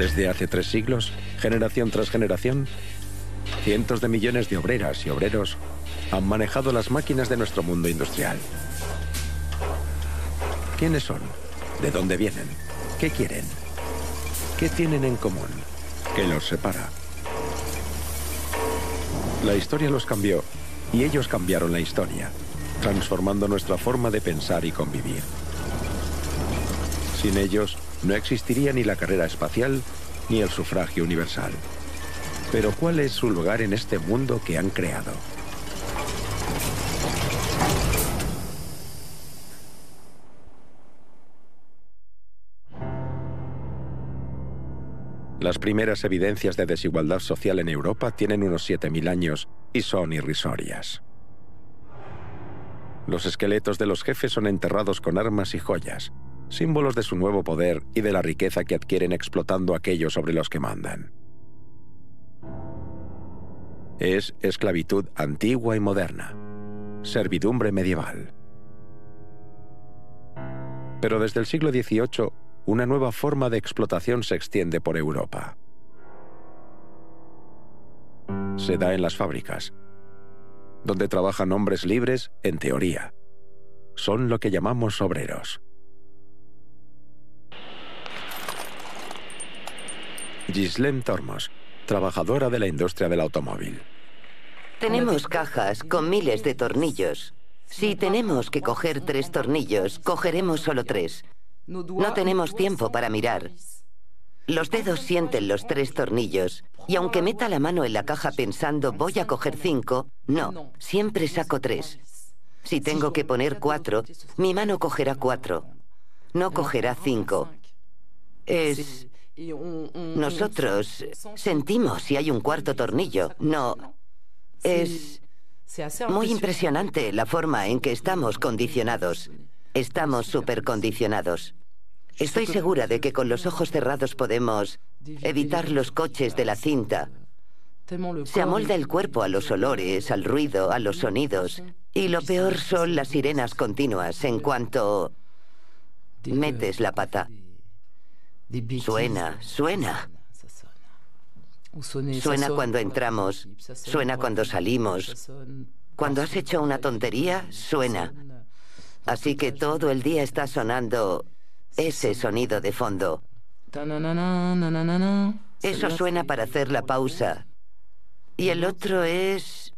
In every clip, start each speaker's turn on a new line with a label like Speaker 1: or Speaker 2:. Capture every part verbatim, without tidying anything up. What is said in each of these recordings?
Speaker 1: Desde hace tres siglos, generación tras generación, cientos de millones de obreras y obreros han manejado las máquinas de nuestro mundo industrial. ¿Quiénes son? ¿De dónde vienen? ¿Qué quieren? ¿Qué tienen en común? ¿Qué los separa? La historia los cambió y ellos cambiaron la historia, transformando nuestra forma de pensar y convivir. Sin ellos, no existiría ni la carrera espacial ni el sufragio universal. Pero ¿cuál es su lugar en este mundo que han creado? Las primeras evidencias de desigualdad social en Europa tienen unos siete mil años y son irrisorias. Los esqueletos de los jefes son enterrados con armas y joyas, símbolos de su nuevo poder y de la riqueza que adquieren explotando a aquellos sobre los que mandan. Es esclavitud antigua y moderna, servidumbre medieval. Pero desde el siglo dieciocho, una nueva forma de explotación se extiende por Europa. Se da en las fábricas, donde trabajan hombres libres, en teoría. Son lo que llamamos obreros. Ghislaine Tormos, trabajadora de la industria del automóvil.
Speaker 2: Tenemos cajas con miles de tornillos. Si tenemos que coger tres tornillos, cogeremos solo tres. No tenemos tiempo para mirar. Los dedos sienten los tres tornillos, y aunque meta la mano en la caja pensando voy a coger cinco, no, siempre saco tres. Si tengo que poner cuatro, mi mano cogerá cuatro, no cogerá cinco. Es... Nosotros sentimos si hay un cuarto tornillo, no. Es muy impresionante la forma en que estamos condicionados. Estamos supercondicionados. Estoy segura de que con los ojos cerrados podemos evitar los coches de la cinta. Se amolda el cuerpo a los olores, al ruido, a los sonidos. Y lo peor son las sirenas continuas en cuanto metes la pata. Suena, suena. Suena cuando entramos, suena cuando salimos. Cuando has hecho una tontería, suena. Así que todo el día está sonando ese sonido de fondo. Eso suena para hacer la pausa. Y el otro es...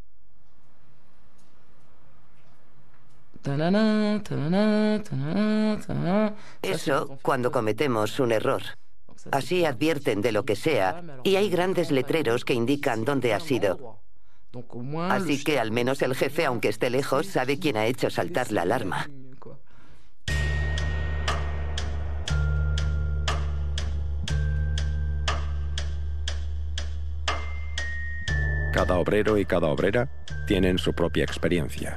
Speaker 2: Eso cuando cometemos un error. Así advierten de lo que sea, y hay grandes letreros que indican dónde ha sido. Así que al menos el jefe, aunque esté lejos, sabe quién ha hecho saltar la alarma.
Speaker 1: Cada obrero y cada obrera tienen su propia experiencia.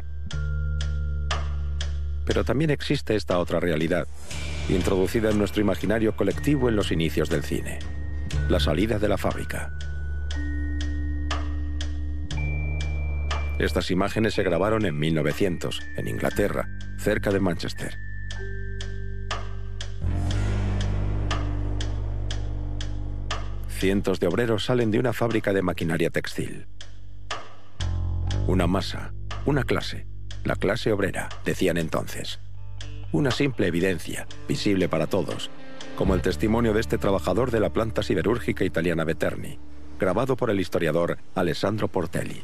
Speaker 1: Pero también existe esta otra realidad, introducida en nuestro imaginario colectivo en los inicios del cine: la salida de la fábrica. Estas imágenes se grabaron en mil novecientos, en Inglaterra, cerca de Manchester. Cientos de obreros salen de una fábrica de maquinaria textil. Una masa, una clase, la clase obrera, decían entonces. Una simple evidencia, visible para todos, como el testimonio de este trabajador de la planta siderúrgica italiana de Terni, grabado por el historiador Alessandro Portelli.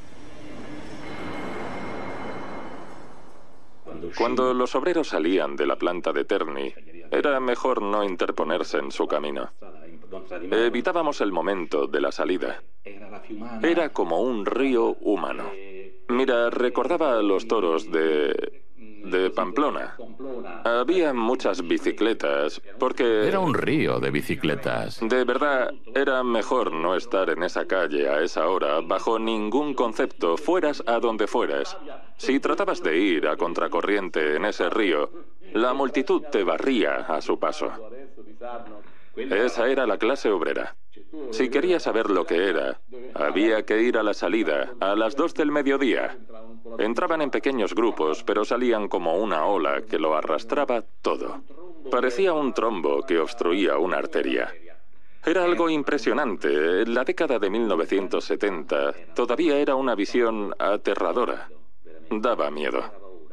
Speaker 3: Cuando los obreros salían de la planta de Terni, era mejor no interponerse en su camino. Evitábamos el momento de la salida. Era como un río humano. Mira, recordaba a los toros de... de Pamplona. Había muchas bicicletas, porque...
Speaker 4: Era un río de bicicletas.
Speaker 3: De verdad, era mejor no estar en esa calle a esa hora, bajo ningún concepto, fueras a donde fueras. Si tratabas de ir a contracorriente en ese río, la multitud te barría a su paso. Esa era la clase obrera. Si quería saber lo que era, había que ir a la salida, a las dos del mediodía. Entraban en pequeños grupos, pero salían como una ola que lo arrastraba todo. Parecía un trombo que obstruía una arteria. Era algo impresionante. La década de mil novecientos setenta todavía era una visión aterradora. Daba miedo.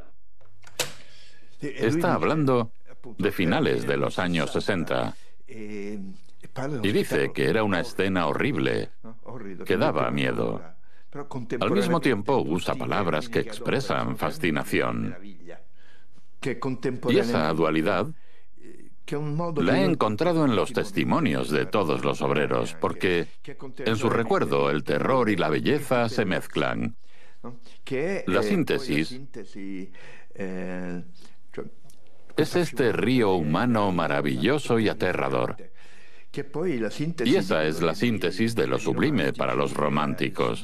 Speaker 4: Está hablando de finales de los años sesenta. Y dice que era una escena horrible, que daba miedo. Al mismo tiempo usa palabras que expresan fascinación. Y esa dualidad la he encontrado en los testimonios de todos los obreros, porque en su recuerdo el terror y la belleza se mezclan. La síntesis es este río humano maravilloso y aterrador. Y esa es la síntesis de lo sublime para los románticos.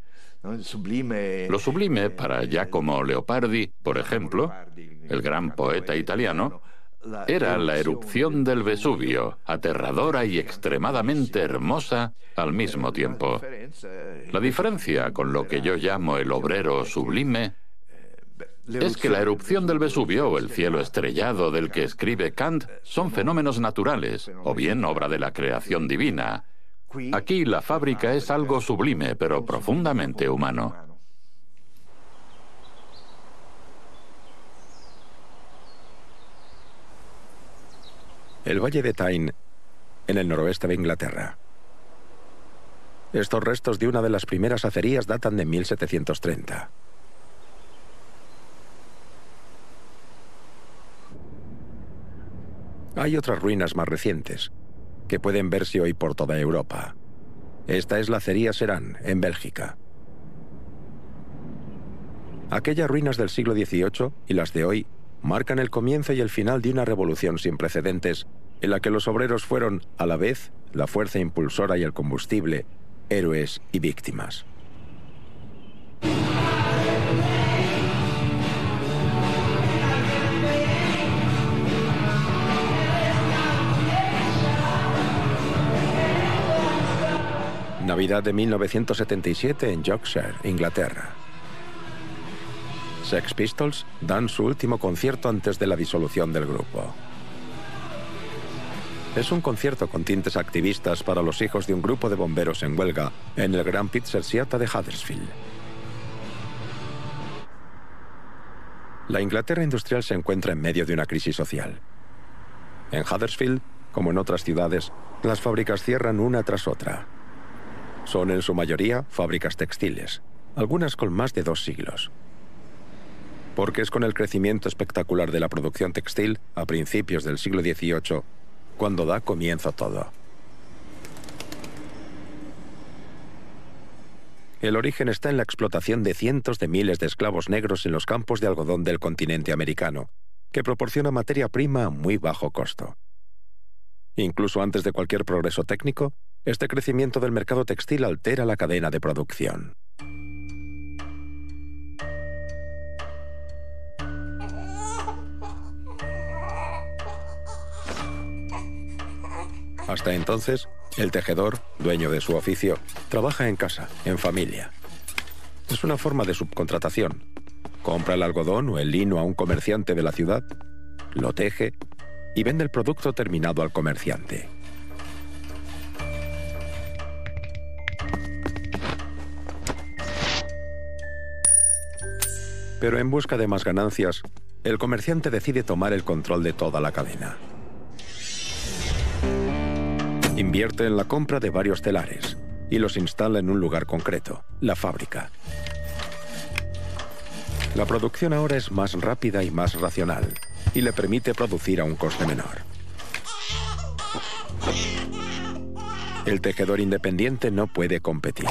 Speaker 4: Lo sublime para Giacomo Leopardi, por ejemplo, el gran poeta italiano, era la erupción del Vesubio, aterradora y extremadamente hermosa al mismo tiempo. La diferencia con lo que yo llamo el obrero sublime es que la erupción del Vesubio o el cielo estrellado del que escribe Kant son fenómenos naturales, o bien obra de la creación divina. Aquí la fábrica es algo sublime, pero profundamente humano.
Speaker 1: El Valle de Tyne, en el noroeste de Inglaterra. Estos restos de una de las primeras acerías datan de mil setecientos treinta. Hay otras ruinas más recientes, que pueden verse hoy por toda Europa. Esta es la acería Serán, en Bélgica. Aquellas ruinas del siglo dieciocho y las de hoy marcan el comienzo y el final de una revolución sin precedentes en la que los obreros fueron, a la vez, la fuerza impulsora y el combustible, héroes y víctimas. Navidad de mil novecientos setenta y siete en Yorkshire, Inglaterra. Sex Pistols dan su último concierto antes de la disolución del grupo. Es un concierto con tintes activistas para los hijos de un grupo de bomberos en huelga en el Grand Pizzer Theatre de Huddersfield. La Inglaterra industrial se encuentra en medio de una crisis social. En Huddersfield, como en otras ciudades, las fábricas cierran una tras otra. Son en su mayoría fábricas textiles, algunas con más de dos siglos. Porque es con el crecimiento espectacular de la producción textil a principios del siglo dieciocho cuando da comienzo todo. El origen está en la explotación de cientos de miles de esclavos negros en los campos de algodón del continente americano, que proporciona materia prima a muy bajo costo. Incluso antes de cualquier progreso técnico, este crecimiento del mercado textil altera la cadena de producción. Hasta entonces, el tejedor, dueño de su oficio, trabaja en casa, en familia. Es una forma de subcontratación. Compra el algodón o el lino a un comerciante de la ciudad, lo teje y vende el producto terminado al comerciante. Pero en busca de más ganancias, el comerciante decide tomar el control de toda la cadena. Invierte en la compra de varios telares y los instala en un lugar concreto, la fábrica. La producción ahora es más rápida y más racional y le permite producir a un coste menor. El tejedor independiente no puede competir.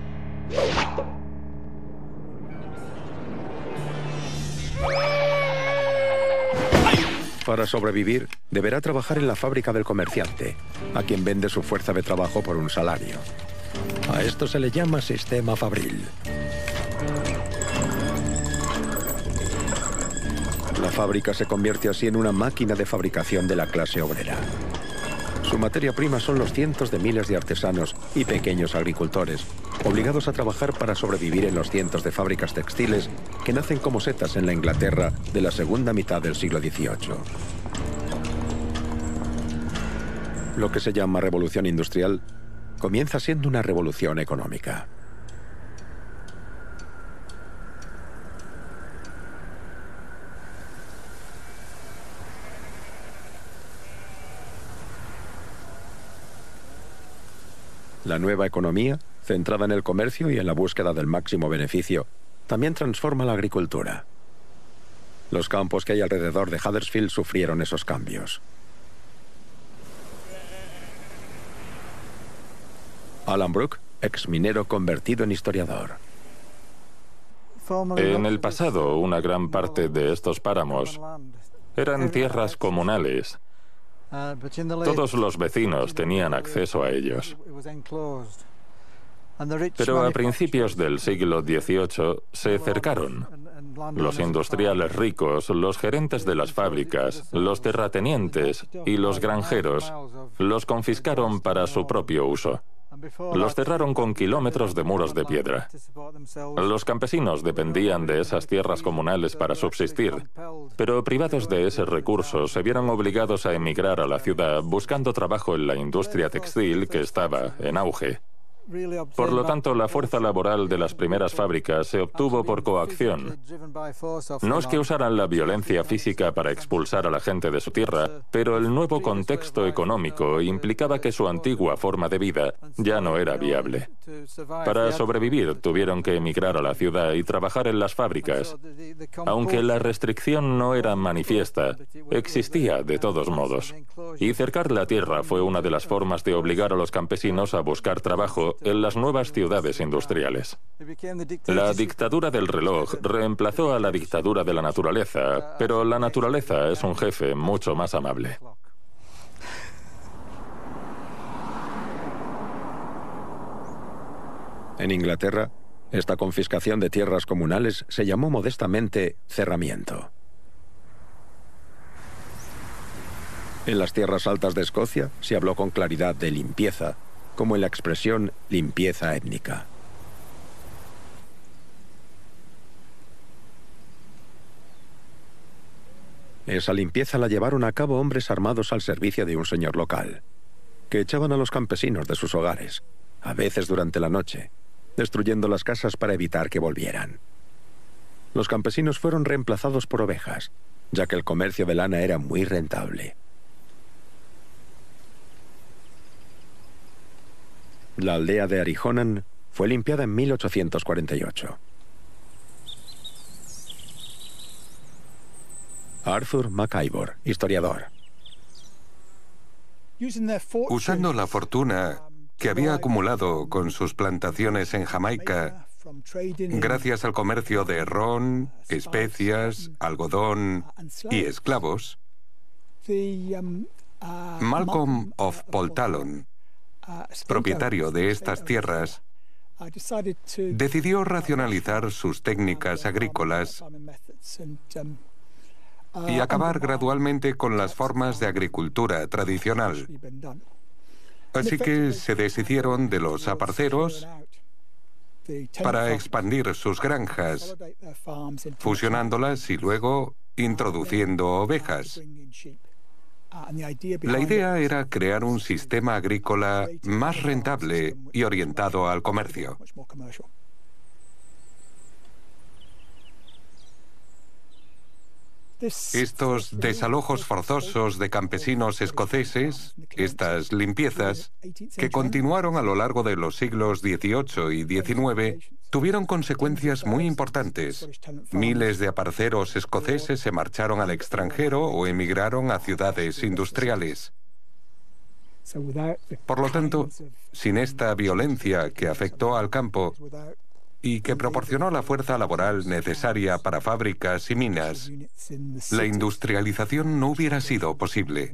Speaker 1: Para sobrevivir, deberá trabajar en la fábrica del comerciante, a quien vende su fuerza de trabajo por un salario. A esto se le llama sistema fabril. La fábrica se convierte así en una máquina de fabricación de la clase obrera. Su materia prima son los cientos de miles de artesanos y pequeños agricultores, obligados a trabajar para sobrevivir en los cientos de fábricas textiles que nacen como setas en la Inglaterra de la segunda mitad del siglo dieciocho. Lo que se llama revolución industrial comienza siendo una revolución económica. La nueva economía, centrada en el comercio y en la búsqueda del máximo beneficio, también transforma la agricultura. Los campos que hay alrededor de Huddersfield sufrieron esos cambios. Alan Brooke, ex minero convertido en historiador.
Speaker 3: En el pasado, una gran parte de estos páramos eran tierras comunales. Todos los vecinos tenían acceso a ellos. Pero a principios del siglo dieciocho se cercaron. Los industriales ricos, los gerentes de las fábricas, los terratenientes y los granjeros los confiscaron para su propio uso. Los cerraron con kilómetros de muros de piedra. Los campesinos dependían de esas tierras comunales para subsistir, pero privados de ese recurso se vieron obligados a emigrar a la ciudad buscando trabajo en la industria textil que estaba en auge. Por lo tanto, la fuerza laboral de las primeras fábricas se obtuvo por coacción. No es que usaran la violencia física para expulsar a la gente de su tierra, pero el nuevo contexto económico implicaba que su antigua forma de vida ya no era viable. Para sobrevivir, tuvieron que emigrar a la ciudad y trabajar en las fábricas. Aunque la restricción no era manifiesta, existía de todos modos. Y cercar la tierra fue una de las formas de obligar a los campesinos a buscar trabajo en las nuevas ciudades industriales. La dictadura del reloj reemplazó a la dictadura de la naturaleza, pero la naturaleza es un jefe mucho más amable.
Speaker 1: En Inglaterra, esta confiscación de tierras comunales se llamó modestamente cerramiento. En las tierras altas de Escocia se habló con claridad de limpieza, como en la expresión limpieza étnica. Esa limpieza la llevaron a cabo hombres armados al servicio de un señor local, que echaban a los campesinos de sus hogares, a veces durante la noche, destruyendo las casas para evitar que volvieran. Los campesinos fueron reemplazados por ovejas, ya que el comercio de lana era muy rentable. La aldea de Arihonan fue limpiada en mil ochocientos cuarenta y ocho. Arthur MacIvor, historiador.
Speaker 5: Usando la fortuna que había acumulado con sus plantaciones en Jamaica, gracias al comercio de ron, especias, algodón y esclavos, Malcolm of Poltalon, propietario de estas tierras, decidió racionalizar sus técnicas agrícolas y acabar gradualmente con las formas de agricultura tradicional. Así que se deshicieron de los aparceros para expandir sus granjas, fusionándolas y luego introduciendo ovejas. La idea era crear un sistema agrícola más rentable y orientado al comercio. Estos desalojos forzosos de campesinos escoceses, estas limpiezas, que continuaron a lo largo de los siglos dieciocho y diecinueve, tuvieron consecuencias muy importantes. Miles de aparceros escoceses se marcharon al extranjero o emigraron a ciudades industriales. Por lo tanto, sin esta violencia que afectó al campo y que proporcionó la fuerza laboral necesaria para fábricas y minas, la industrialización no hubiera sido posible.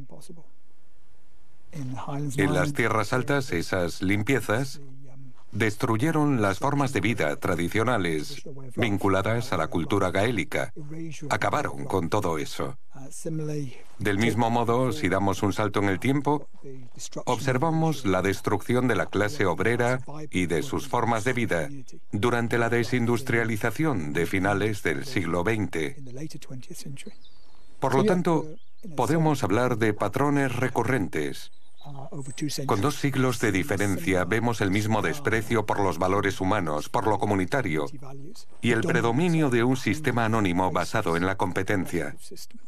Speaker 5: En las tierras altas, esas limpiezas destruyeron las formas de vida tradicionales vinculadas a la cultura gaélica. Acabaron con todo eso. Del mismo modo, si damos un salto en el tiempo, observamos la destrucción de la clase obrera y de sus formas de vida durante la desindustrialización de finales del siglo veinte. Por lo tanto, podemos hablar de patrones recurrentes. Con dos siglos de diferencia vemos el mismo desprecio por los valores humanos, por lo comunitario, y el predominio de un sistema anónimo basado en la competencia.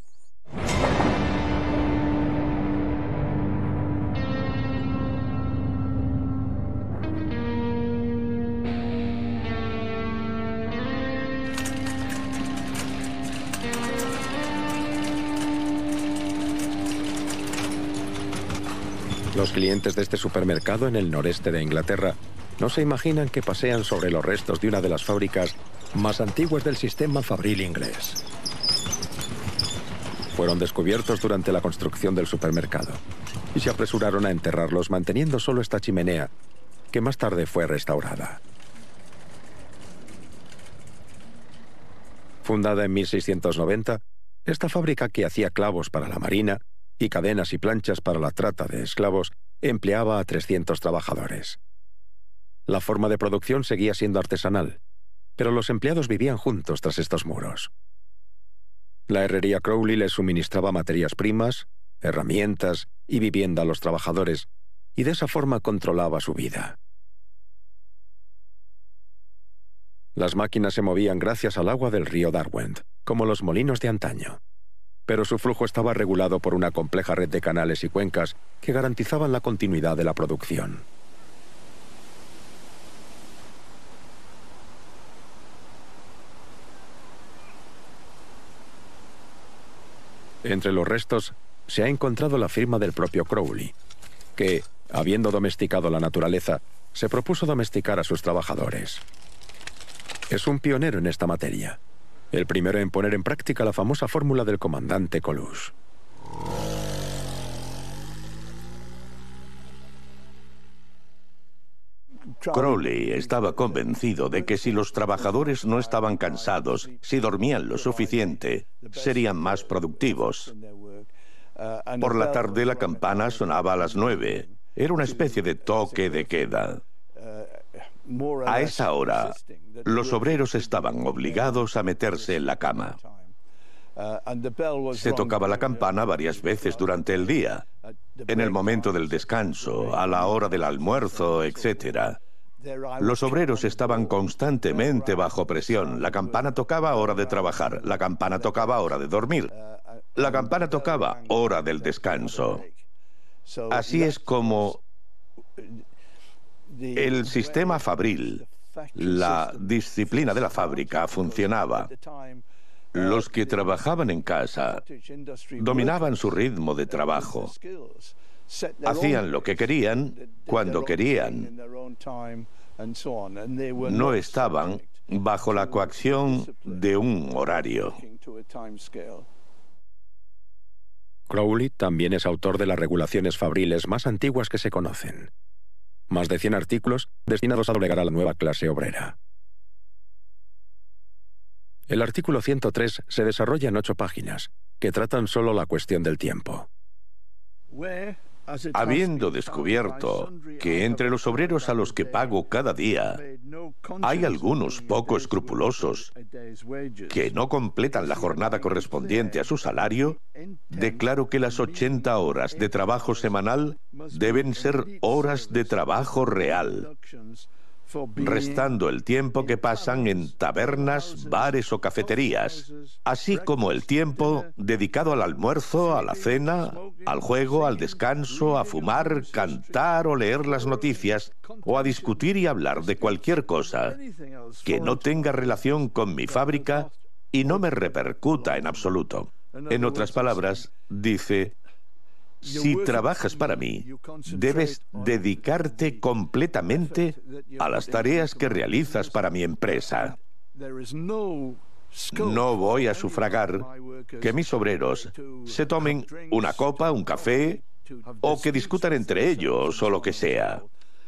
Speaker 1: Los clientes de este supermercado en el noreste de Inglaterra no se imaginan que pasean sobre los restos de una de las fábricas más antiguas del sistema fabril inglés. Fueron descubiertos durante la construcción del supermercado y se apresuraron a enterrarlos manteniendo solo esta chimenea, que más tarde fue restaurada. Fundada en mil seiscientos noventa, esta fábrica, que hacía clavos para la marina y cadenas y planchas para la trata de esclavos, empleaba a trescientos trabajadores. La forma de producción seguía siendo artesanal, pero los empleados vivían juntos tras estos muros. La herrería Crowley les suministraba materias primas, herramientas y vivienda a los trabajadores, y de esa forma controlaba su vida. Las máquinas se movían gracias al agua del río Derwent, como los molinos de antaño. Pero su flujo estaba regulado por una compleja red de canales y cuencas que garantizaban la continuidad de la producción. Entre los restos se ha encontrado la firma del propio Crowley, que, habiendo domesticado la naturaleza, se propuso domesticar a sus trabajadores. Es un pionero en esta materia. El primero en poner en práctica la famosa fórmula del comandante Coluche.
Speaker 6: Crowley estaba convencido de que si los trabajadores no estaban cansados, si dormían lo suficiente, serían más productivos. Por la tarde la campana sonaba a las nueve. Era una especie de toque de queda. A esa hora, los obreros estaban obligados a meterse en la cama. Se tocaba la campana varias veces durante el día, en el momento del descanso, a la hora del almuerzo, etcétera. Los obreros estaban constantemente bajo presión. La campana tocaba hora de trabajar, la campana tocaba hora de dormir, la campana tocaba hora del descanso. Así es como el sistema fabril, la disciplina de la fábrica, funcionaba. Los que trabajaban en casa dominaban su ritmo de trabajo. Hacían lo que querían, cuando querían. No estaban bajo la coacción de un horario.
Speaker 1: Crowley también es autor de las regulaciones fabriles más antiguas que se conocen. Más de cien artículos destinados a doblegar a la nueva clase obrera. El artículo ciento tres se desarrolla en ocho páginas, que tratan solo la cuestión del tiempo.
Speaker 6: Habiendo descubierto que entre los obreros a los que pago cada día hay algunos poco escrupulosos que no completan la jornada correspondiente a su salario, declaro que las ochenta horas de trabajo semanal deben ser horas de trabajo real, restando el tiempo que pasan en tabernas, bares o cafeterías, así como el tiempo dedicado al almuerzo, a la cena, al juego, al descanso, a fumar, cantar o leer las noticias, o a discutir y hablar de cualquier cosa que no tenga relación con mi fábrica y no me repercuta en absoluto. En otras palabras, dice: si trabajas para mí, debes dedicarte completamente a las tareas que realizas para mi empresa. No voy a sufragar que mis obreros se tomen una copa, un café, o que discutan entre ellos o lo que sea.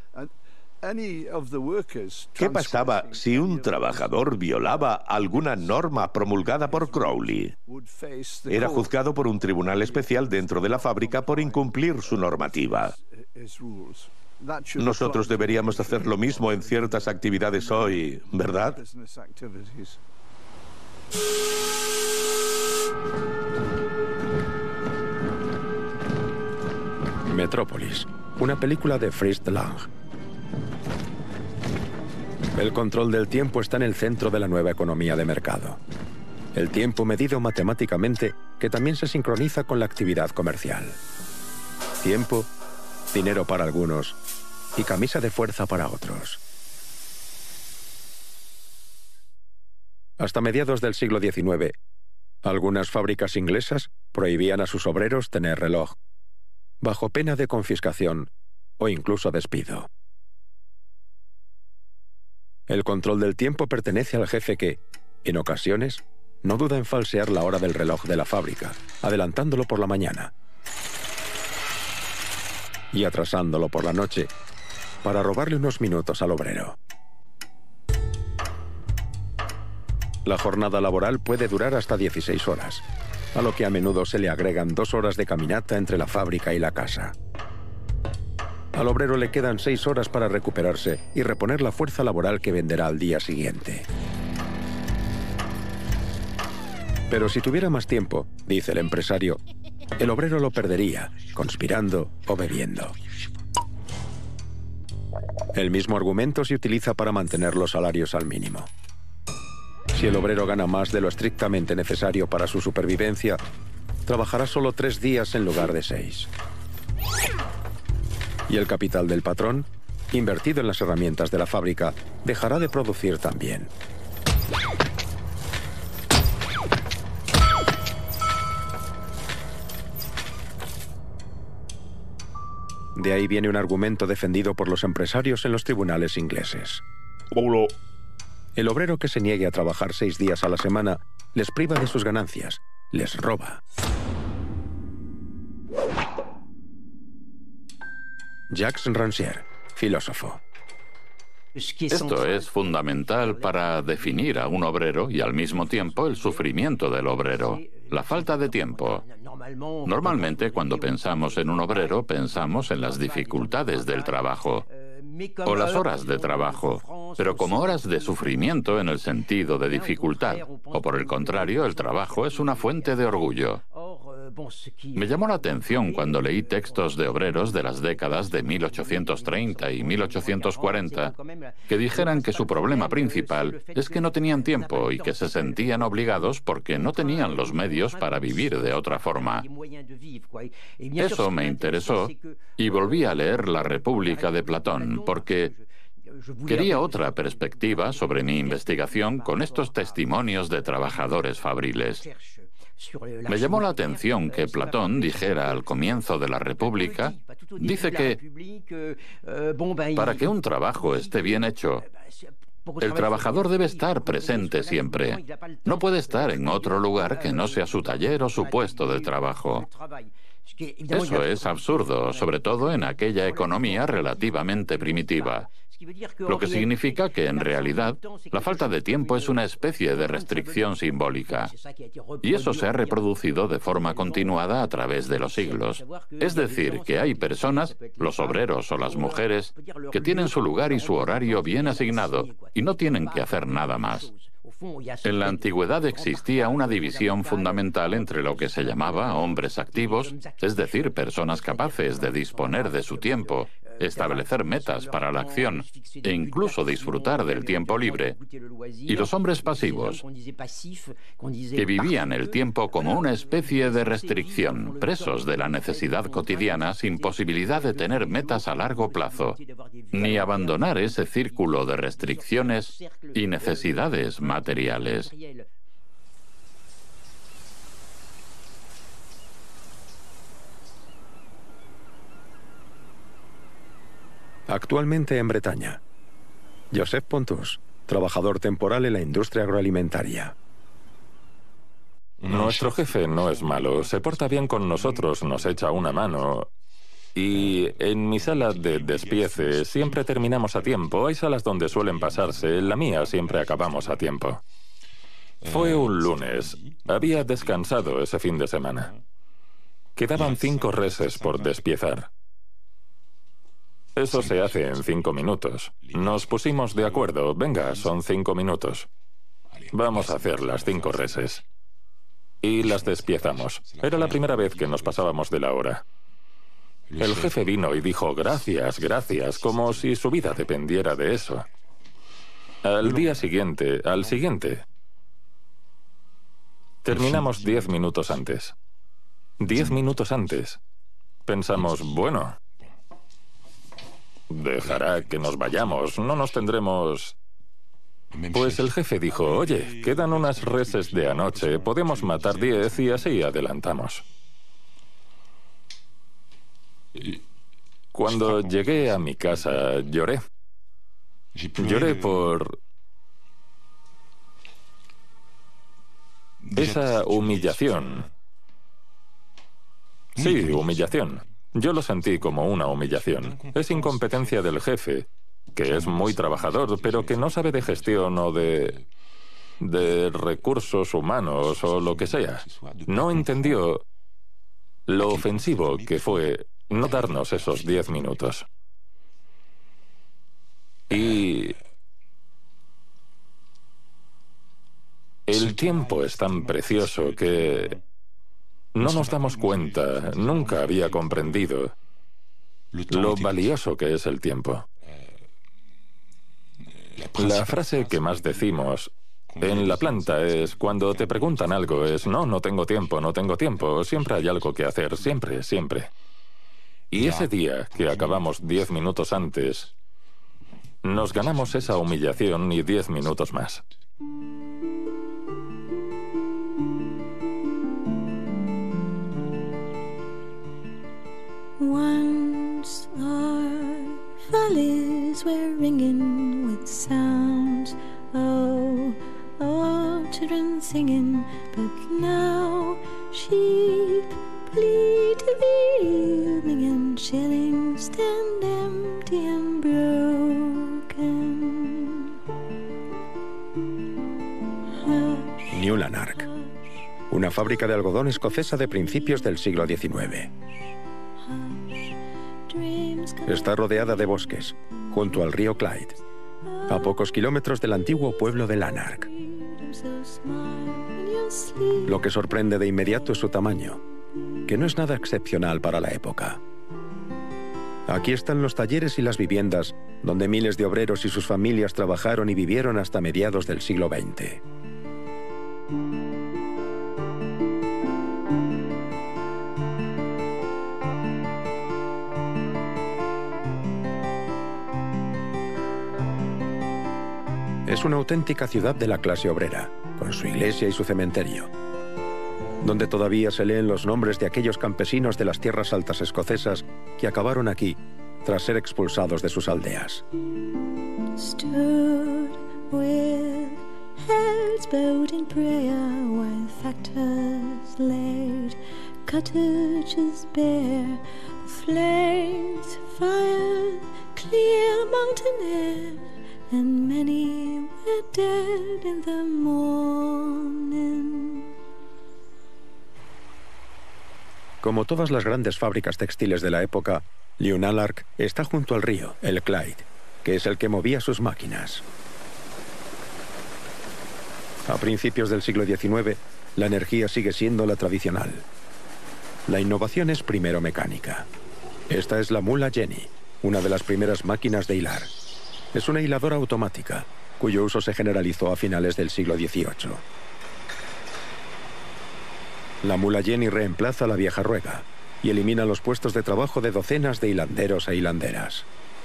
Speaker 6: ¿Qué pasaba si un trabajador violaba alguna norma promulgada por Crowley? Era juzgado por un tribunal especial dentro de la fábrica por incumplir su normativa. Nosotros deberíamos hacer lo mismo en ciertas actividades hoy, ¿verdad?
Speaker 1: Metrópolis, una película de Fritz Lang. El control del tiempo está en el centro de la nueva economía de mercado. El tiempo medido matemáticamente, que también se sincroniza con la actividad comercial. Tiempo, dinero para algunos y camisa de fuerza para otros. Hasta mediados del siglo diecinueve, algunas fábricas inglesas prohibían a sus obreros tener reloj, bajo pena de confiscación o incluso despido. El control del tiempo pertenece al jefe que, en ocasiones, no duda en falsear la hora del reloj de la fábrica, adelantándolo por la mañana y atrasándolo por la noche para robarle unos minutos al obrero. La jornada laboral puede durar hasta dieciséis horas, a lo que a menudo se le agregan dos horas de caminata entre la fábrica y la casa. Al obrero le quedan seis horas para recuperarse y reponer la fuerza laboral que venderá al día siguiente. Pero si tuviera más tiempo, dice el empresario, el obrero lo perdería, conspirando o bebiendo. El mismo argumento se utiliza para mantener los salarios al mínimo. Si el obrero gana más de lo estrictamente necesario para su supervivencia, trabajará solo tres días en lugar de seis. Y el capital del patrón, invertido en las herramientas de la fábrica, dejará de producir también. De ahí viene un argumento defendido por los empresarios en los tribunales ingleses. El obrero que se niegue a trabajar seis días a la semana les priva de sus ganancias, les roba. Jacques Rancière, filósofo.
Speaker 4: Esto es fundamental para definir a un obrero y al mismo tiempo el sufrimiento del obrero, la falta de tiempo. Normalmente, cuando pensamos en un obrero, pensamos en las dificultades del trabajo o las horas de trabajo, pero como horas de sufrimiento en el sentido de dificultad, o por el contrario, el trabajo es una fuente de orgullo. Me llamó la atención cuando leí textos de obreros de las décadas de mil ochocientos treinta y mil ochocientos cuarenta que dijeran que su problema principal es que no tenían tiempo y que se sentían obligados porque no tenían los medios para vivir de otra forma. Eso me interesó y volví a leer La República de Platón porque quería otra perspectiva sobre mi investigación con estos testimonios de trabajadores fabriles. Me llamó la atención que Platón dijera al comienzo de la República, dice que para que un trabajo esté bien hecho, el trabajador debe estar presente siempre. No puede estar en otro lugar que no sea su taller o su puesto de trabajo. Eso es absurdo, sobre todo en aquella economía relativamente primitiva. Lo que significa que, en realidad, la falta de tiempo es una especie de restricción simbólica. Y eso se ha reproducido de forma continuada a través de los siglos. Es decir, que hay personas, los obreros o las mujeres, que tienen su lugar y su horario bien asignado y no tienen que hacer nada más. En la antigüedad existía una división fundamental entre lo que se llamaba hombres activos, es decir, personas capaces de disponer de su tiempo, establecer metas para la acción e incluso disfrutar del tiempo libre, y los hombres pasivos, que vivían el tiempo como una especie de restricción, presos de la necesidad cotidiana sin posibilidad de tener metas a largo plazo, ni abandonar ese círculo de restricciones y necesidades materiales.
Speaker 1: Actualmente en Bretaña. Josep Pontus, trabajador temporal en la industria agroalimentaria.
Speaker 3: Nuestro jefe no es malo, se porta bien con nosotros, nos echa una mano. Y en mi sala de despiece siempre terminamos a tiempo. Hay salas donde suelen pasarse, en la mía siempre acabamos a tiempo. Fue un lunes. Había descansado ese fin de semana. Quedaban cinco reses por despiezar. Eso se hace en cinco minutos. Nos pusimos de acuerdo. Venga, son cinco minutos. Vamos a hacer las cinco reses. Y las despiezamos. Era la primera vez que nos pasábamos de la hora. El jefe vino y dijo gracias, gracias, como si su vida dependiera de eso. Al día siguiente, al siguiente, terminamos diez minutos antes. Diez minutos antes. Pensamos, bueno, dejará que nos vayamos, no nos tendremos... Pues el jefe dijo, oye, quedan unas reses de anoche, podemos matar diez y así adelantamos. Cuando llegué a mi casa, lloré. Lloré por... esa humillación. Sí, humillación. Yo lo sentí como una humillación. Es incompetencia del jefe, que es muy trabajador, pero que no sabe de gestión o de... de recursos humanos o lo que sea. No entendió lo ofensivo que fue no darnos esos diez minutos. Y... el tiempo es tan precioso que no nos damos cuenta, nunca había comprendido lo valioso que es el tiempo. La frase que más decimos en la planta es, cuando te preguntan algo, es, no, no tengo tiempo, no tengo tiempo, siempre hay algo que hacer, siempre, siempre. Y ese día que acabamos diez minutos antes, nos ganamos esa humillación y diez minutos más.
Speaker 7: Once our valleys were ringing with sounds, oh, oh, children singing, but now sheep bleat to the evening and shillings stand empty and broken. Hush,
Speaker 1: New Lanark, una fábrica de algodón escocesa de principios del siglo diecinueve. Está rodeada de bosques, junto al río Clyde, a pocos kilómetros del antiguo pueblo de Lanark. Lo que sorprende de inmediato es su tamaño, que no es nada excepcional para la época. Aquí están los talleres y las viviendas, donde miles de obreros y sus familias trabajaron y vivieron hasta mediados del siglo veinte. Es una auténtica ciudad de la clase obrera, con su iglesia y su cementerio, donde todavía se leen los nombres de aquellos campesinos de las tierras altas escocesas que acabaron aquí tras ser expulsados de sus aldeas.
Speaker 7: Stood with heads bowed in prayer while factors laid cottages bare, flames fired clear mountain air, and many were dead in the morning.
Speaker 1: Como todas las grandes fábricas textiles de la época, New Lanark está junto al río, el Clyde, que es el que movía sus máquinas. A principios del siglo diecinueve, la energía sigue siendo la tradicional. La innovación es primero mecánica. Esta es la mula Jenny, una de las primeras máquinas de hilar. Es una hiladora automática, cuyo uso se generalizó a finales del siglo dieciocho. La mula Jenny reemplaza a la vieja ruega y elimina los puestos de trabajo de docenas de hilanderos e hilanderas.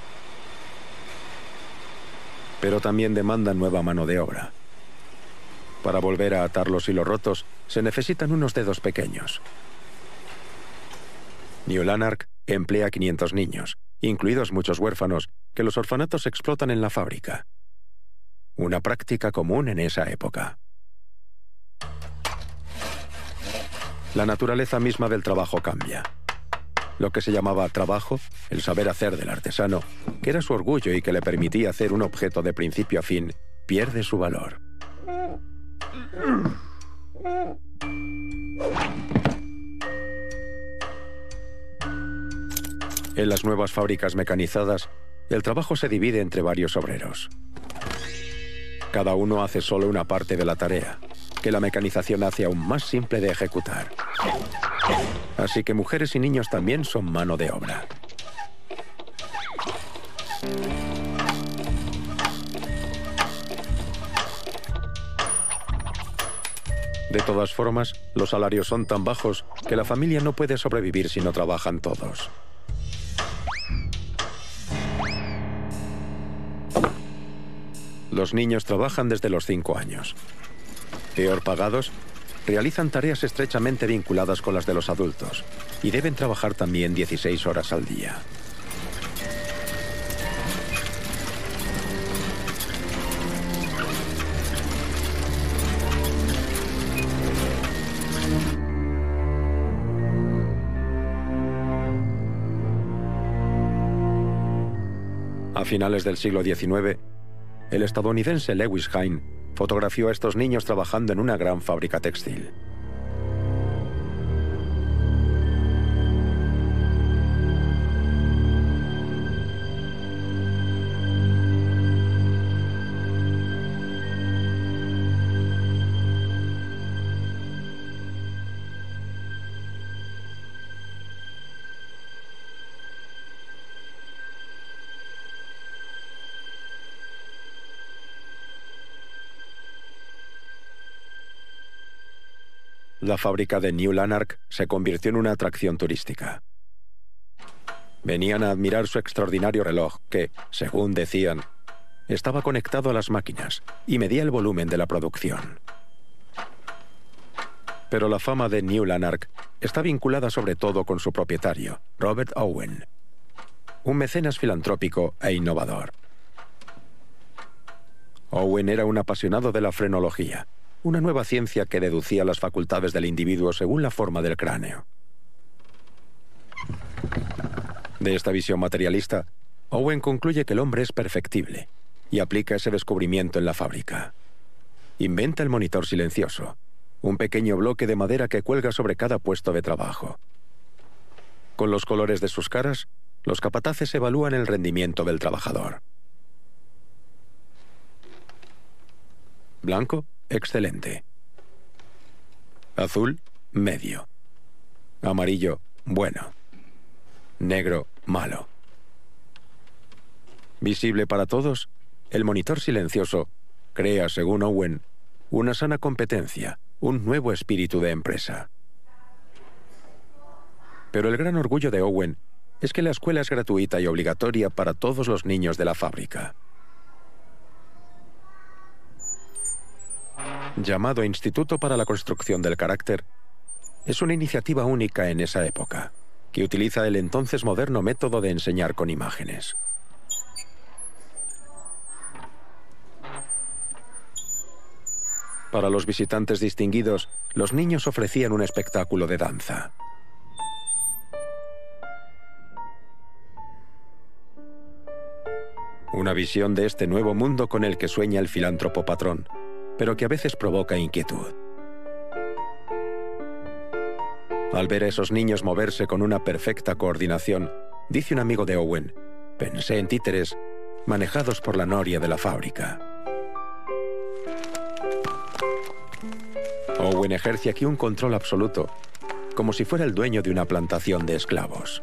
Speaker 1: Pero también demanda nueva mano de obra. Para volver a atar los hilos rotos, se necesitan unos dedos pequeños. New Lanark emplea quinientos niños, incluidos muchos huérfanos, que los orfanatos explotan en la fábrica. Una práctica común en esa época. La naturaleza misma del trabajo cambia. Lo que se llamaba trabajo, el saber hacer del artesano, que era su orgullo y que le permitía hacer un objeto de principio a fin, pierde su valor. En las nuevas fábricas mecanizadas, el trabajo se divide entre varios obreros. Cada uno hace solo una parte de la tarea, que la mecanización hace aún más simple de ejecutar. Así que mujeres y niños también son mano de obra. De todas formas, los salarios son tan bajos que la familia no puede sobrevivir si no trabajan todos. Los niños trabajan desde los cinco años. Peor pagados, realizan tareas estrechamente vinculadas con las de los adultos y deben trabajar también dieciséis horas al día. A finales del siglo diecinueve, el estadounidense Lewis Hine fotografió a estos niños trabajando en una gran fábrica textil. La fábrica de New Lanark se convirtió en una atracción turística. Venían a admirar su extraordinario reloj que, según decían, estaba conectado a las máquinas y medía el volumen de la producción. Pero la fama de New Lanark está vinculada sobre todo con su propietario, Robert Owen, un mecenas filantrópico e innovador. Owen era un apasionado de la frenología, una nueva ciencia que deducía las facultades del individuo según la forma del cráneo. De esta visión materialista, Owen concluye que el hombre es perfectible y aplica ese descubrimiento en la fábrica. Inventa el monitor silencioso, un pequeño bloque de madera que cuelga sobre cada puesto de trabajo. Con los colores de sus caras, los capataces evalúan el rendimiento del trabajador. Blanco, excelente. Azul, medio. Amarillo, bueno. Negro, malo. Visible para todos, el monitor silencioso crea, según Owen, una sana competencia, un nuevo espíritu de empresa. Pero el gran orgullo de Owen es que la escuela es gratuita y obligatoria para todos los niños de la fábrica. Llamado Instituto para la Construcción del Carácter, es una iniciativa única en esa época, que utiliza el entonces moderno método de enseñar con imágenes. Para los visitantes distinguidos, los niños ofrecían un espectáculo de danza. Una visión de este nuevo mundo con el que sueña el filántropo patrón, pero que a veces provoca inquietud. Al ver a esos niños moverse con una perfecta coordinación, dice un amigo de Owen, pensé en títeres manejados por la noria de la fábrica. Owen ejerce aquí un control absoluto, como si fuera el dueño de una plantación de esclavos.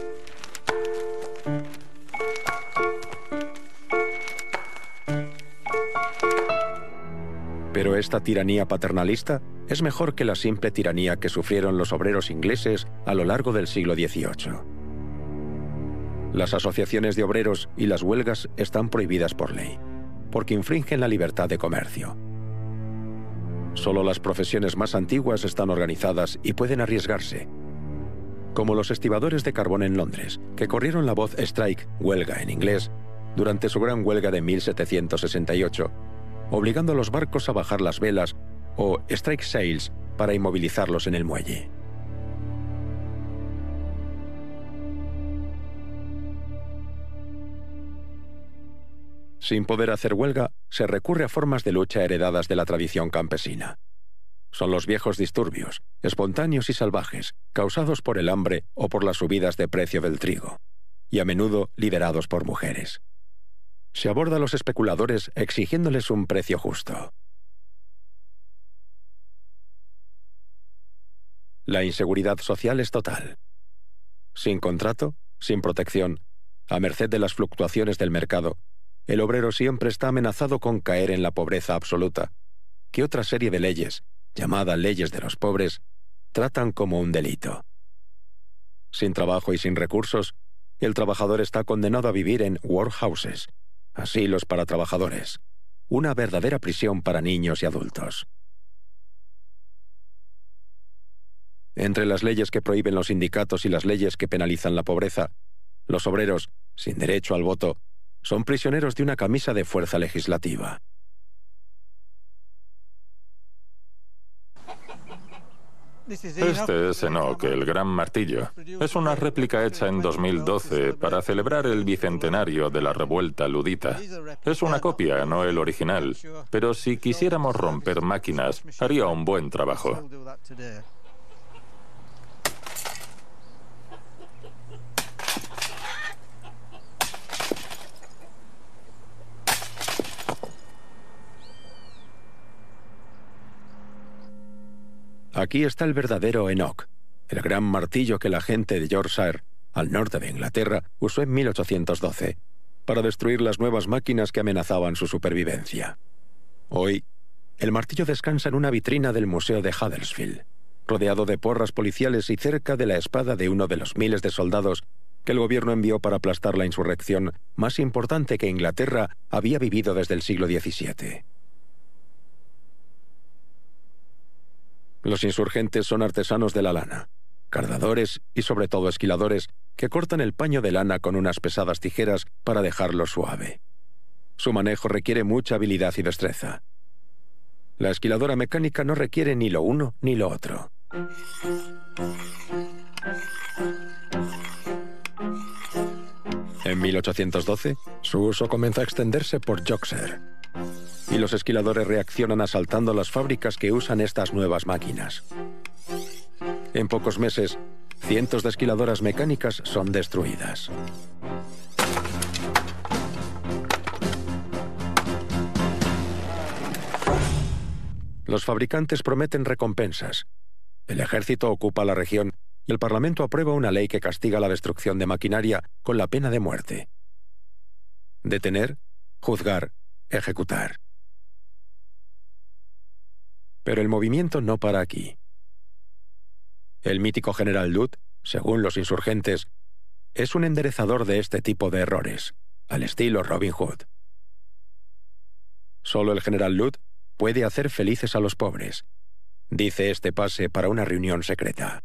Speaker 1: Pero esta tiranía paternalista es mejor que la simple tiranía que sufrieron los obreros ingleses a lo largo del siglo dieciocho. Las asociaciones de obreros y las huelgas están prohibidas por ley, porque infringen la libertad de comercio. Solo las profesiones más antiguas están organizadas y pueden arriesgarse, como los estibadores de carbón en Londres, que corrieron la voz strike, huelga en inglés, durante su gran huelga de mil setecientos sesenta y ocho, obligando a los barcos a bajar las velas o strike sails para inmovilizarlos en el muelle. Sin poder hacer huelga, se recurre a formas de lucha heredadas de la tradición campesina. Son los viejos disturbios, espontáneos y salvajes, causados por el hambre o por las subidas de precio del trigo, y a menudo liderados por mujeres. Se aborda a los especuladores exigiéndoles un precio justo. La inseguridad social es total. Sin contrato, sin protección, a merced de las fluctuaciones del mercado, el obrero siempre está amenazado con caer en la pobreza absoluta, que otra serie de leyes, llamadas leyes de los pobres, tratan como un delito. Sin trabajo y sin recursos, el trabajador está condenado a vivir en workhouses, asilos para trabajadores, una verdadera prisión para niños y adultos. Entre las leyes que prohíben los sindicatos y las leyes que penalizan la pobreza, los obreros, sin derecho al voto, son prisioneros de una camisa de fuerza legislativa.
Speaker 3: Este es Enoch, el Gran Martillo. Es una réplica hecha en dos mil doce para celebrar el bicentenario de la revuelta ludita. Es una copia, no el original, pero si quisiéramos romper máquinas, haría un buen trabajo.
Speaker 1: Aquí está el verdadero Enoch, el gran martillo que la gente de Yorkshire, al norte de Inglaterra, usó en mil ochocientos doce, para destruir las nuevas máquinas que amenazaban su supervivencia. Hoy, el martillo descansa en una vitrina del Museo de Huddersfield, rodeado de porras policiales y cerca de la espada de uno de los miles de soldados que el gobierno envió para aplastar la insurrección más importante que Inglaterra había vivido desde el siglo diecisiete. Los insurgentes son artesanos de la lana, cardadores y sobre todo esquiladores que cortan el paño de lana con unas pesadas tijeras para dejarlo suave. Su manejo requiere mucha habilidad y destreza. La esquiladora mecánica no requiere ni lo uno ni lo otro. En mil ochocientos doce, su uso comienza a extenderse por Yorkshire, y los esquiladores reaccionan asaltando las fábricas que usan estas nuevas máquinas. En pocos meses, cientos de esquiladoras mecánicas son destruidas. Los fabricantes prometen recompensas. El ejército ocupa la región y el Parlamento aprueba una ley que castiga la destrucción de maquinaria con la pena de muerte. Detener, juzgar, ejecutar. Pero el movimiento no para aquí. El mítico general Ludd, según los insurgentes, es un enderezador de este tipo de errores, al estilo Robin Hood. Solo el general Ludd puede hacer felices a los pobres, dice este pase para una reunión secreta.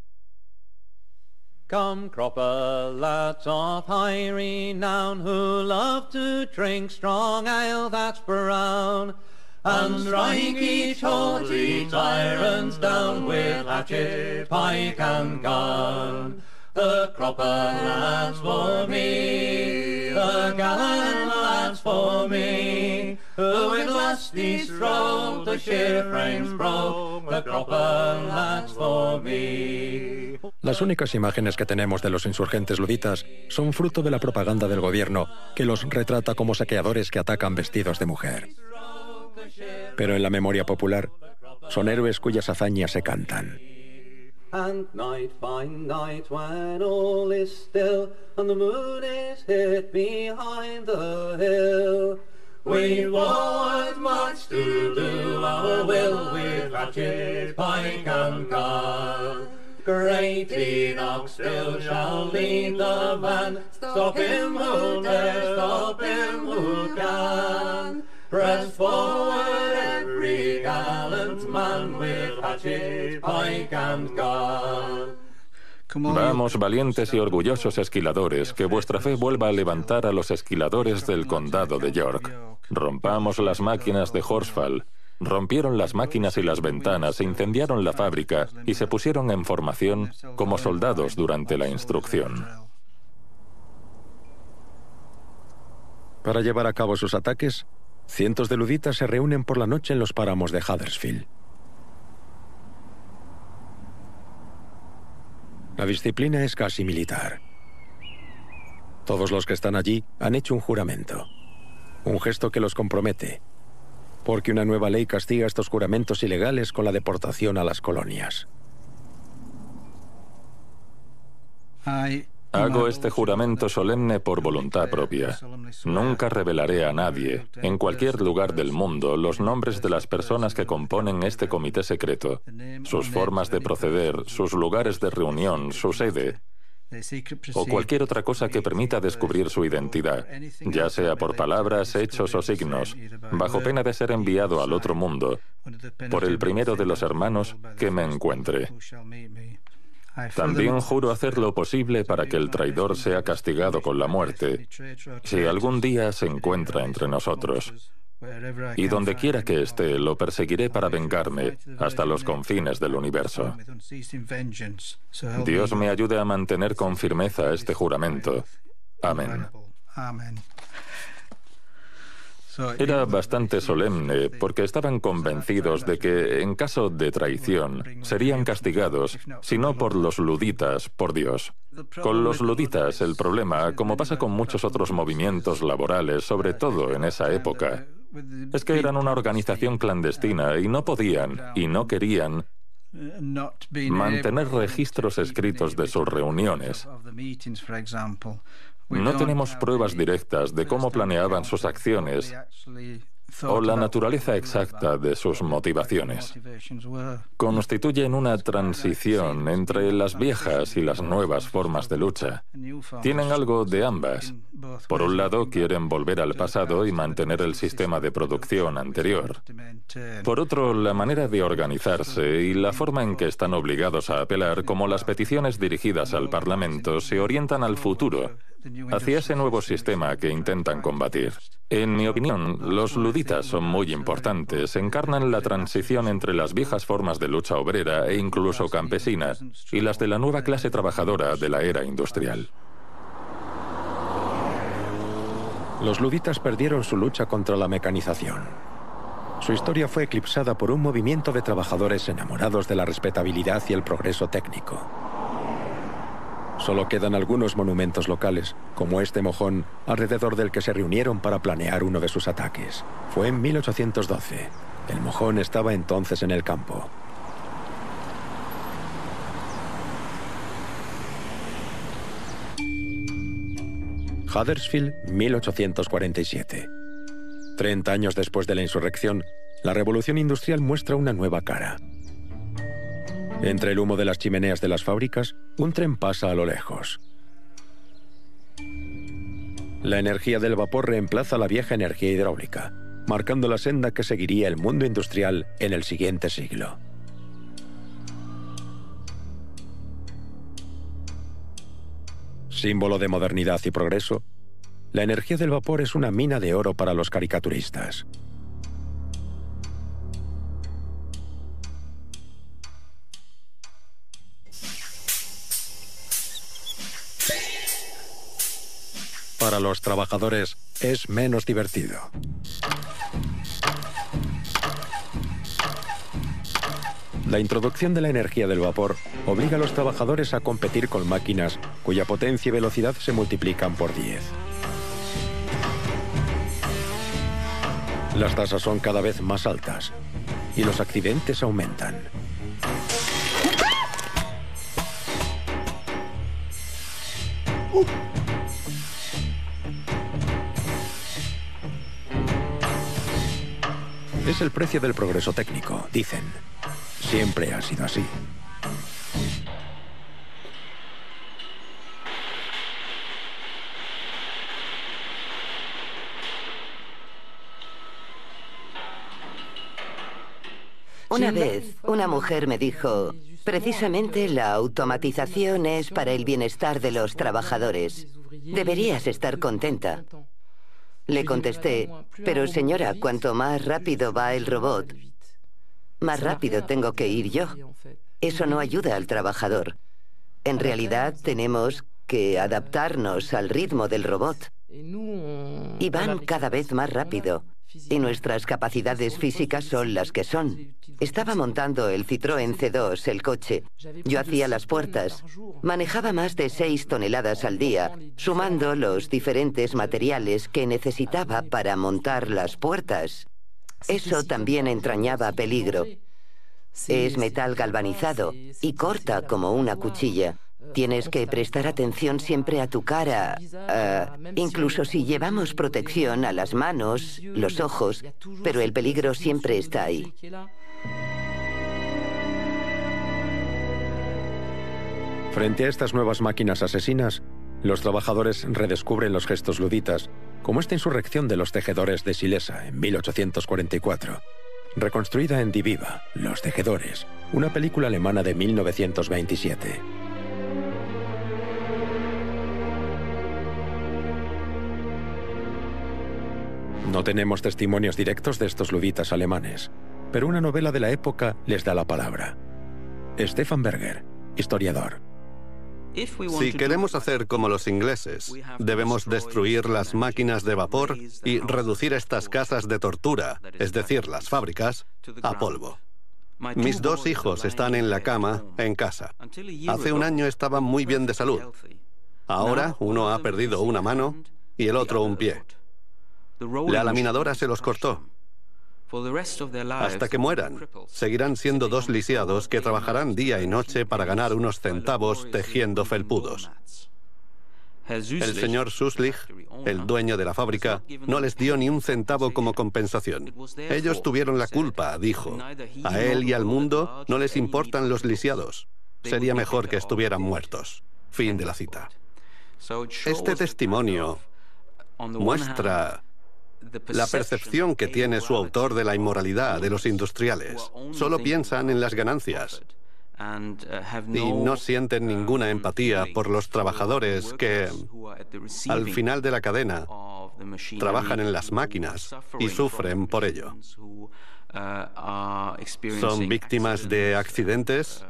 Speaker 8: Come, cropper, lads of high renown, who love to drink strong ale that's brown, and strike each haughty tyrants down with hatchet, pike and gun. The cropper lads for me, the gallant lads for me, who with lusty stroke the sheer frames broke, the cropper lads for me.
Speaker 1: Las únicas imágenes que tenemos de los insurgentes luditas son fruto de la propaganda del gobierno, que los retrata como saqueadores que atacan vestidos de mujer. Pero en la memoria popular, son héroes cuyas hazañas se cantan.
Speaker 8: And night, fine night, when all is still, and the moon is hid behind the hill. We forward march to do our will, with hatchet, pike and gun. Great Enoch still shall lead the van, stop him who dare, stop him who can. Press forward every gallant man with hatchet, pike and gun.
Speaker 3: Vamos, valientes y orgullosos esquiladores, que vuestra fe vuelva a levantar a los esquiladores del condado de York. Rompamos las máquinas de Horsfall. Rompieron las máquinas y las ventanas, se incendiaron la fábrica y se pusieron en formación como soldados durante la instrucción.
Speaker 1: Para llevar a cabo sus ataques, cientos de luditas se reúnen por la noche en los páramos de Huddersfield. La disciplina es casi militar. Todos los que están allí han hecho un juramento, un gesto que los compromete, porque una nueva ley castiga estos juramentos ilegales con la deportación a las colonias.
Speaker 3: Hago este juramento solemne por voluntad propia. Nunca revelaré a nadie, en cualquier lugar del mundo, los nombres de las personas que componen este comité secreto, sus formas de proceder, sus lugares de reunión, su sede, o cualquier otra cosa que permita descubrir su identidad, ya sea por palabras, hechos o signos, bajo pena de ser enviado al otro mundo por el primero de los hermanos que me encuentre. También juro hacer lo posible para que el traidor sea castigado con la muerte, si algún día se encuentra entre nosotros. Y donde quiera que esté, lo perseguiré para vengarme hasta los confines del universo. Dios me ayude a mantener con firmeza este juramento. Amén. Era bastante solemne porque estaban convencidos de que, en caso de traición, serían castigados, si no por los luditas, por Dios. Con los luditas, el problema, como pasa con muchos otros movimientos laborales, sobre todo en esa época, es que eran una organización clandestina y no podían, y no querían, mantener registros escritos de sus reuniones. No tenemos pruebas directas de cómo planeaban sus acciones o la naturaleza exacta de sus motivaciones. Constituyen una transición entre las viejas y las nuevas formas de lucha. Tienen algo de ambas. Por un lado, quieren volver al pasado y mantener el sistema de producción anterior. Por otro, la manera de organizarse y la forma en que están obligados a apelar, como las peticiones dirigidas al Parlamento, se orientan al futuro, hacia ese nuevo sistema que intentan combatir. En mi opinión, los luditas son muy importantes, encarnan la transición entre las viejas formas de lucha obrera e incluso campesina y las de la nueva clase trabajadora de la era industrial.
Speaker 1: Los luditas perdieron su lucha contra la mecanización. Su historia fue eclipsada por un movimiento de trabajadores enamorados de la respetabilidad y el progreso técnico. Solo quedan algunos monumentos locales, como este mojón, alrededor del que se reunieron para planear uno de sus ataques. Fue en mil ochocientos doce. El mojón estaba entonces en el campo. Huddersfield, mil ochocientos cuarenta y siete. Treinta años después de la insurrección, la revolución industrial muestra una nueva cara. Entre el humo de las chimeneas de las fábricas, un tren pasa a lo lejos. La energía del vapor reemplaza la vieja energía hidráulica, marcando la senda que seguiría el mundo industrial en el siguiente siglo. Símbolo de modernidad y progreso, la energía del vapor es una mina de oro para los caricaturistas. Para los trabajadores es menos divertido. La introducción de la energía del vapor obliga a los trabajadores a competir con máquinas cuya potencia y velocidad se multiplican por diez. Las tasas son cada vez más altas y los accidentes aumentan. Es el precio del progreso técnico, dicen. Siempre ha sido así.
Speaker 2: Una vez, una mujer me dijo, precisamente la automatización es para el bienestar de los trabajadores. Deberías estar contenta. Le contesté, pero señora, cuanto más rápido va el robot, más rápido tengo que ir yo. Eso no ayuda al trabajador. En realidad tenemos que adaptarnos al ritmo del robot. Y van cada vez más rápido. Y nuestras capacidades físicas son las que son. Estaba montando el Citroën C dos, el coche. Yo hacía las puertas. Manejaba más de seis toneladas al día, sumando los diferentes materiales que necesitaba para montar las puertas. Eso también entrañaba peligro. Es metal galvanizado y corta como una cuchilla. Tienes que prestar atención siempre a tu cara, uh, incluso si llevamos protección a las manos, los ojos, pero el peligro siempre está ahí.
Speaker 1: Frente a estas nuevas máquinas asesinas, los trabajadores redescubren los gestos luditas, como esta insurrección de los tejedores de Silesa en mil ochocientos cuarenta y cuatro, reconstruida en Die Viva, Los Tejedores, una película alemana de mil novecientos veintisiete. No tenemos testimonios directos de estos luditas alemanes, pero una novela de la época les da la palabra. Stefan Berger, historiador.
Speaker 9: Si queremos hacer como los ingleses, debemos destruir las máquinas de vapor y reducir estas casas de tortura, es decir, las fábricas, a polvo. Mis dos hijos están en la cama, en casa. Hace un año estaban muy bien de salud. Ahora uno ha perdido una mano y el otro un pie. La laminadora se los cortó. Hasta que mueran, seguirán siendo dos lisiados que trabajarán día y noche para ganar unos centavos tejiendo felpudos. El señor Suslich, el dueño de la fábrica, no les dio ni un centavo como compensación. Ellos tuvieron la culpa, dijo. A él y al mundo no les importan los lisiados. Sería mejor que estuvieran muertos. Fin de la cita. Este testimonio muestra la percepción que tiene su autor de la inmoralidad de los industriales. Solo piensan en las ganancias y no sienten ninguna empatía por los trabajadores que, al final de la cadena, trabajan en las máquinas y sufren por ello. Son víctimas de accidentes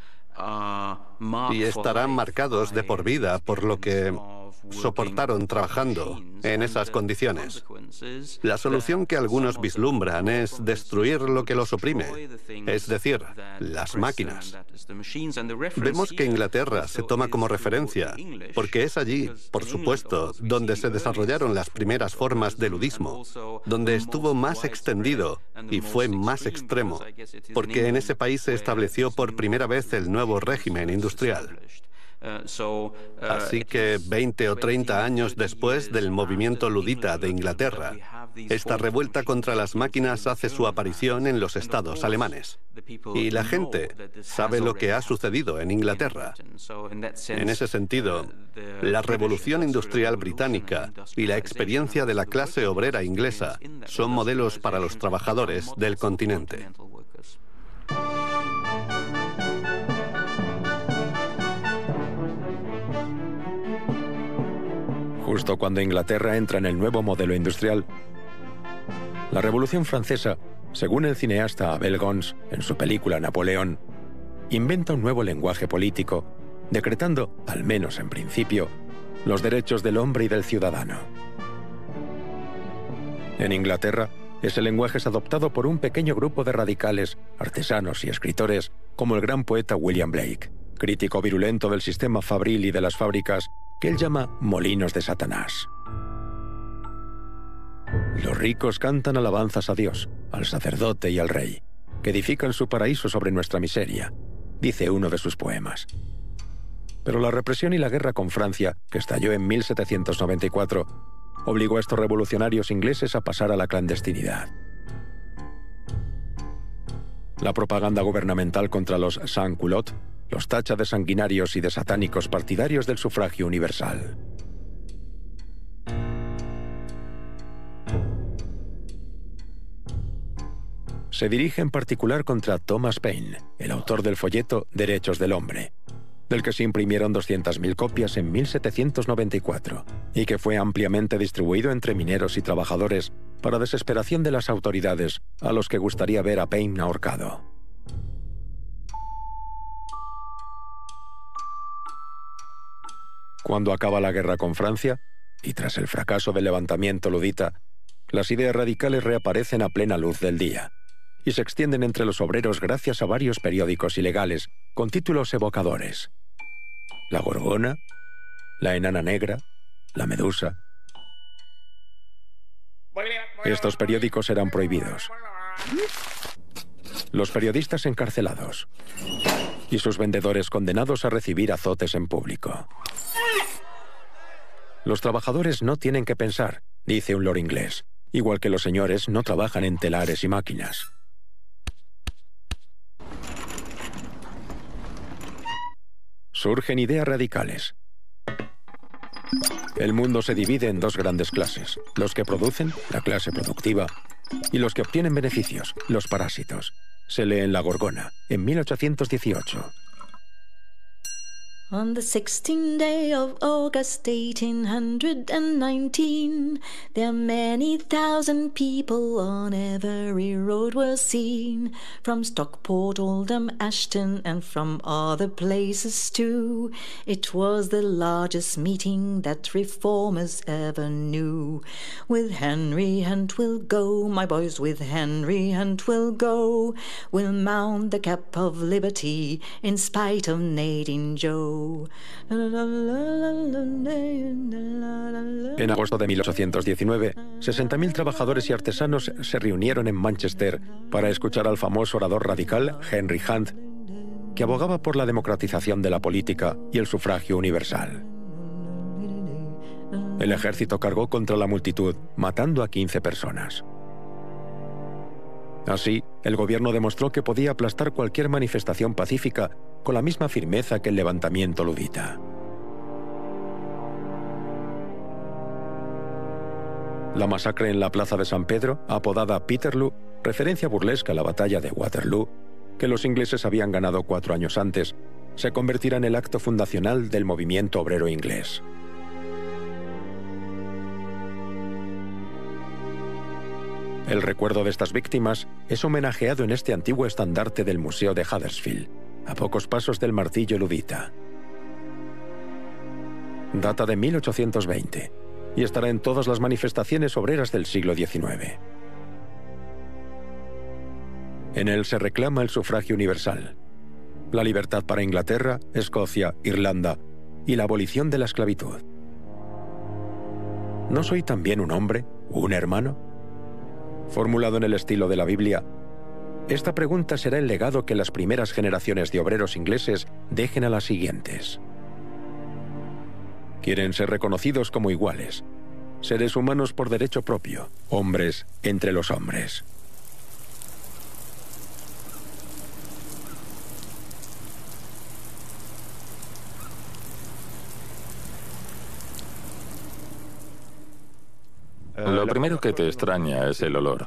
Speaker 9: y estarán marcados de por vida por lo que soportaron trabajando en esas condiciones. La solución que algunos vislumbran es destruir lo que los oprime, es decir, las máquinas. Vemos que Inglaterra se toma como referencia, porque es allí, por supuesto, donde se desarrollaron las primeras formas del ludismo, donde estuvo más extendido y fue más extremo, porque en ese país se estableció por primera vez el nuevo régimen industrial. Así que veinte o treinta años después del movimiento ludita de Inglaterra, esta revuelta contra las máquinas hace su aparición en los estados alemanes. Y la gente sabe lo que ha sucedido en Inglaterra. En ese sentido, la revolución industrial británica y la experiencia de la clase obrera inglesa son modelos para los trabajadores del continente.
Speaker 1: Justo cuando Inglaterra entra en el nuevo modelo industrial, la Revolución Francesa, según el cineasta Abel Gons en su película Napoleón, inventa un nuevo lenguaje político, decretando, al menos en principio, los derechos del hombre y del ciudadano. En Inglaterra, ese lenguaje es adoptado por un pequeño grupo de radicales, artesanos y escritores, como el gran poeta William Blake, crítico virulento del sistema fabril y de las fábricas, que él llama molinos de Satanás. Los ricos cantan alabanzas a Dios, al sacerdote y al rey, que edifican su paraíso sobre nuestra miseria, dice uno de sus poemas. Pero la represión y la guerra con Francia, que estalló en mil setecientos noventa y cuatro, obligó a estos revolucionarios ingleses a pasar a la clandestinidad. La propaganda gubernamental contra los sans-culottes los tacha de sanguinarios y de satánicos partidarios del sufragio universal. Se dirige en particular contra Thomas Paine, el autor del folleto Derechos del Hombre, del que se imprimieron doscientas mil copias en mil setecientos noventa y cuatro y que fue ampliamente distribuido entre mineros y trabajadores para desesperación de las autoridades, a los que gustaría ver a Paine ahorcado. Cuando acaba la guerra con Francia, y tras el fracaso del levantamiento ludita, las ideas radicales reaparecen a plena luz del día y se extienden entre los obreros gracias a varios periódicos ilegales con títulos evocadores. La Gorgona, La Enana Negra, La Medusa. Estos periódicos eran prohibidos. Los periodistas encarcelados. y sus vendedores condenados a recibir azotes en público. Los trabajadores no tienen que pensar, dice un lord inglés, igual que los señores no trabajan en telares y máquinas. Surgen ideas radicales. El mundo se divide en dos grandes clases, los que producen, la clase productiva, y los que obtienen beneficios, los parásitos. Se lee en La Gorgona, en mil ochocientos dieciocho.
Speaker 7: On the sixteenth day of August, eighteen nineteen, there many thousand people on every road were seen, from Stockport, Oldham, Ashton, and from other places too. It was the largest meeting that reformers ever knew. With Henry Hunt we'll go, my boys, with Henry Hunt we'll go. We'll mount the cap of liberty in spite of Nadine Joe.
Speaker 1: En agosto de mil ochocientos diecinueve, sesenta mil trabajadores y artesanos se reunieron en Manchester para escuchar al famoso orador radical Henry Hunt, que abogaba por la democratización de la política y el sufragio universal. El ejército cargó contra la multitud, matando a quince personas. Así, el gobierno demostró que podía aplastar cualquier manifestación pacífica con la misma firmeza que el levantamiento ludita. La masacre en la plaza de San Pedro, apodada Peterloo, referencia burlesca a la batalla de Waterloo, que los ingleses habían ganado cuatro años antes, se convertirá en el acto fundacional del movimiento obrero inglés. El recuerdo de estas víctimas es homenajeado en este antiguo estandarte del Museo de Huddersfield, a pocos pasos del martillo ludita. Data de mil ochocientos veinte y estará en todas las manifestaciones obreras del siglo diecinueve. En él se reclama el sufragio universal, la libertad para Inglaterra, Escocia, Irlanda y la abolición de la esclavitud. ¿No soy también un hombre, un hermano? Formulado en el estilo de la Biblia, esta pregunta será el legado que las primeras generaciones de obreros ingleses dejen a las siguientes. Quieren ser reconocidos como iguales, seres humanos por derecho propio, hombres entre los hombres.
Speaker 3: Lo primero que te extraña es el olor.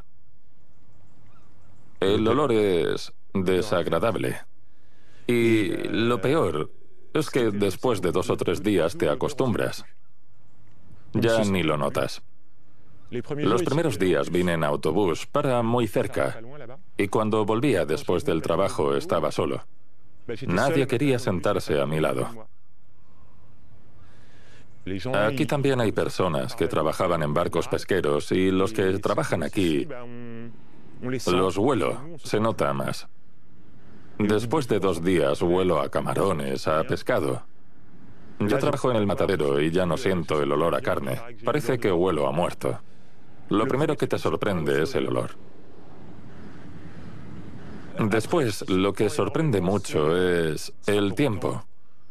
Speaker 3: El olor es desagradable. Y lo peor es que después de dos o tres días te acostumbras. Ya ni lo notas. Los primeros días vine en autobús para muy cerca, y cuando volvía después del trabajo estaba solo. Nadie quería sentarse a mi lado. Aquí también hay personas que trabajaban en barcos pesqueros y los que trabajan aquí los huelo, se nota más. Después de dos días huelo a camarones, a pescado. Yo trabajo en el matadero y ya no siento el olor a carne. Parece que huelo a muerto. Lo primero que te sorprende es el olor. Después, lo que sorprende mucho es el tiempo.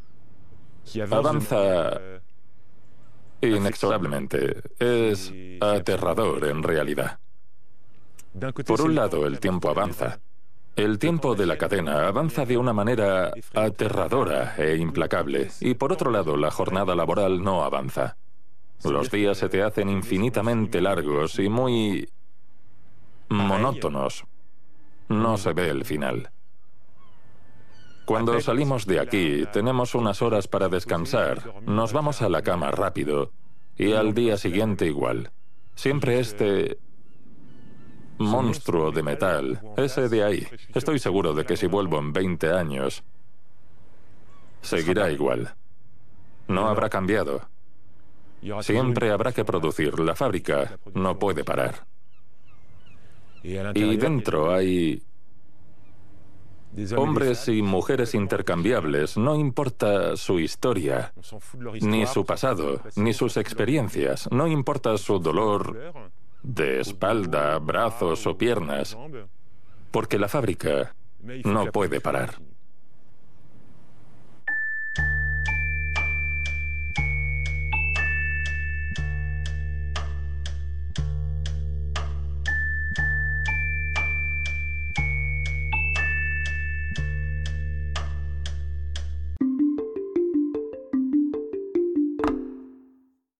Speaker 3: Avanza inexorablemente. Es aterrador en realidad. Por un lado, el tiempo avanza. El tiempo de la cadena avanza de una manera aterradora e implacable. Y por otro lado, la jornada laboral no avanza. Los días se te hacen infinitamente largos y muy monótonos. No se ve el final. Cuando salimos de aquí, tenemos unas horas para descansar, nos vamos a la cama rápido y al día siguiente igual. Siempre este monstruo de metal, ese de ahí. Estoy seguro de que si vuelvo en veinte años, seguirá igual. No habrá cambiado. Siempre habrá que producir. La fábrica no puede parar. Y dentro hay hombres y mujeres intercambiables, no importa su historia, ni su pasado, ni sus experiencias, no importa su dolor de espalda, brazos o piernas, porque la fábrica no puede parar.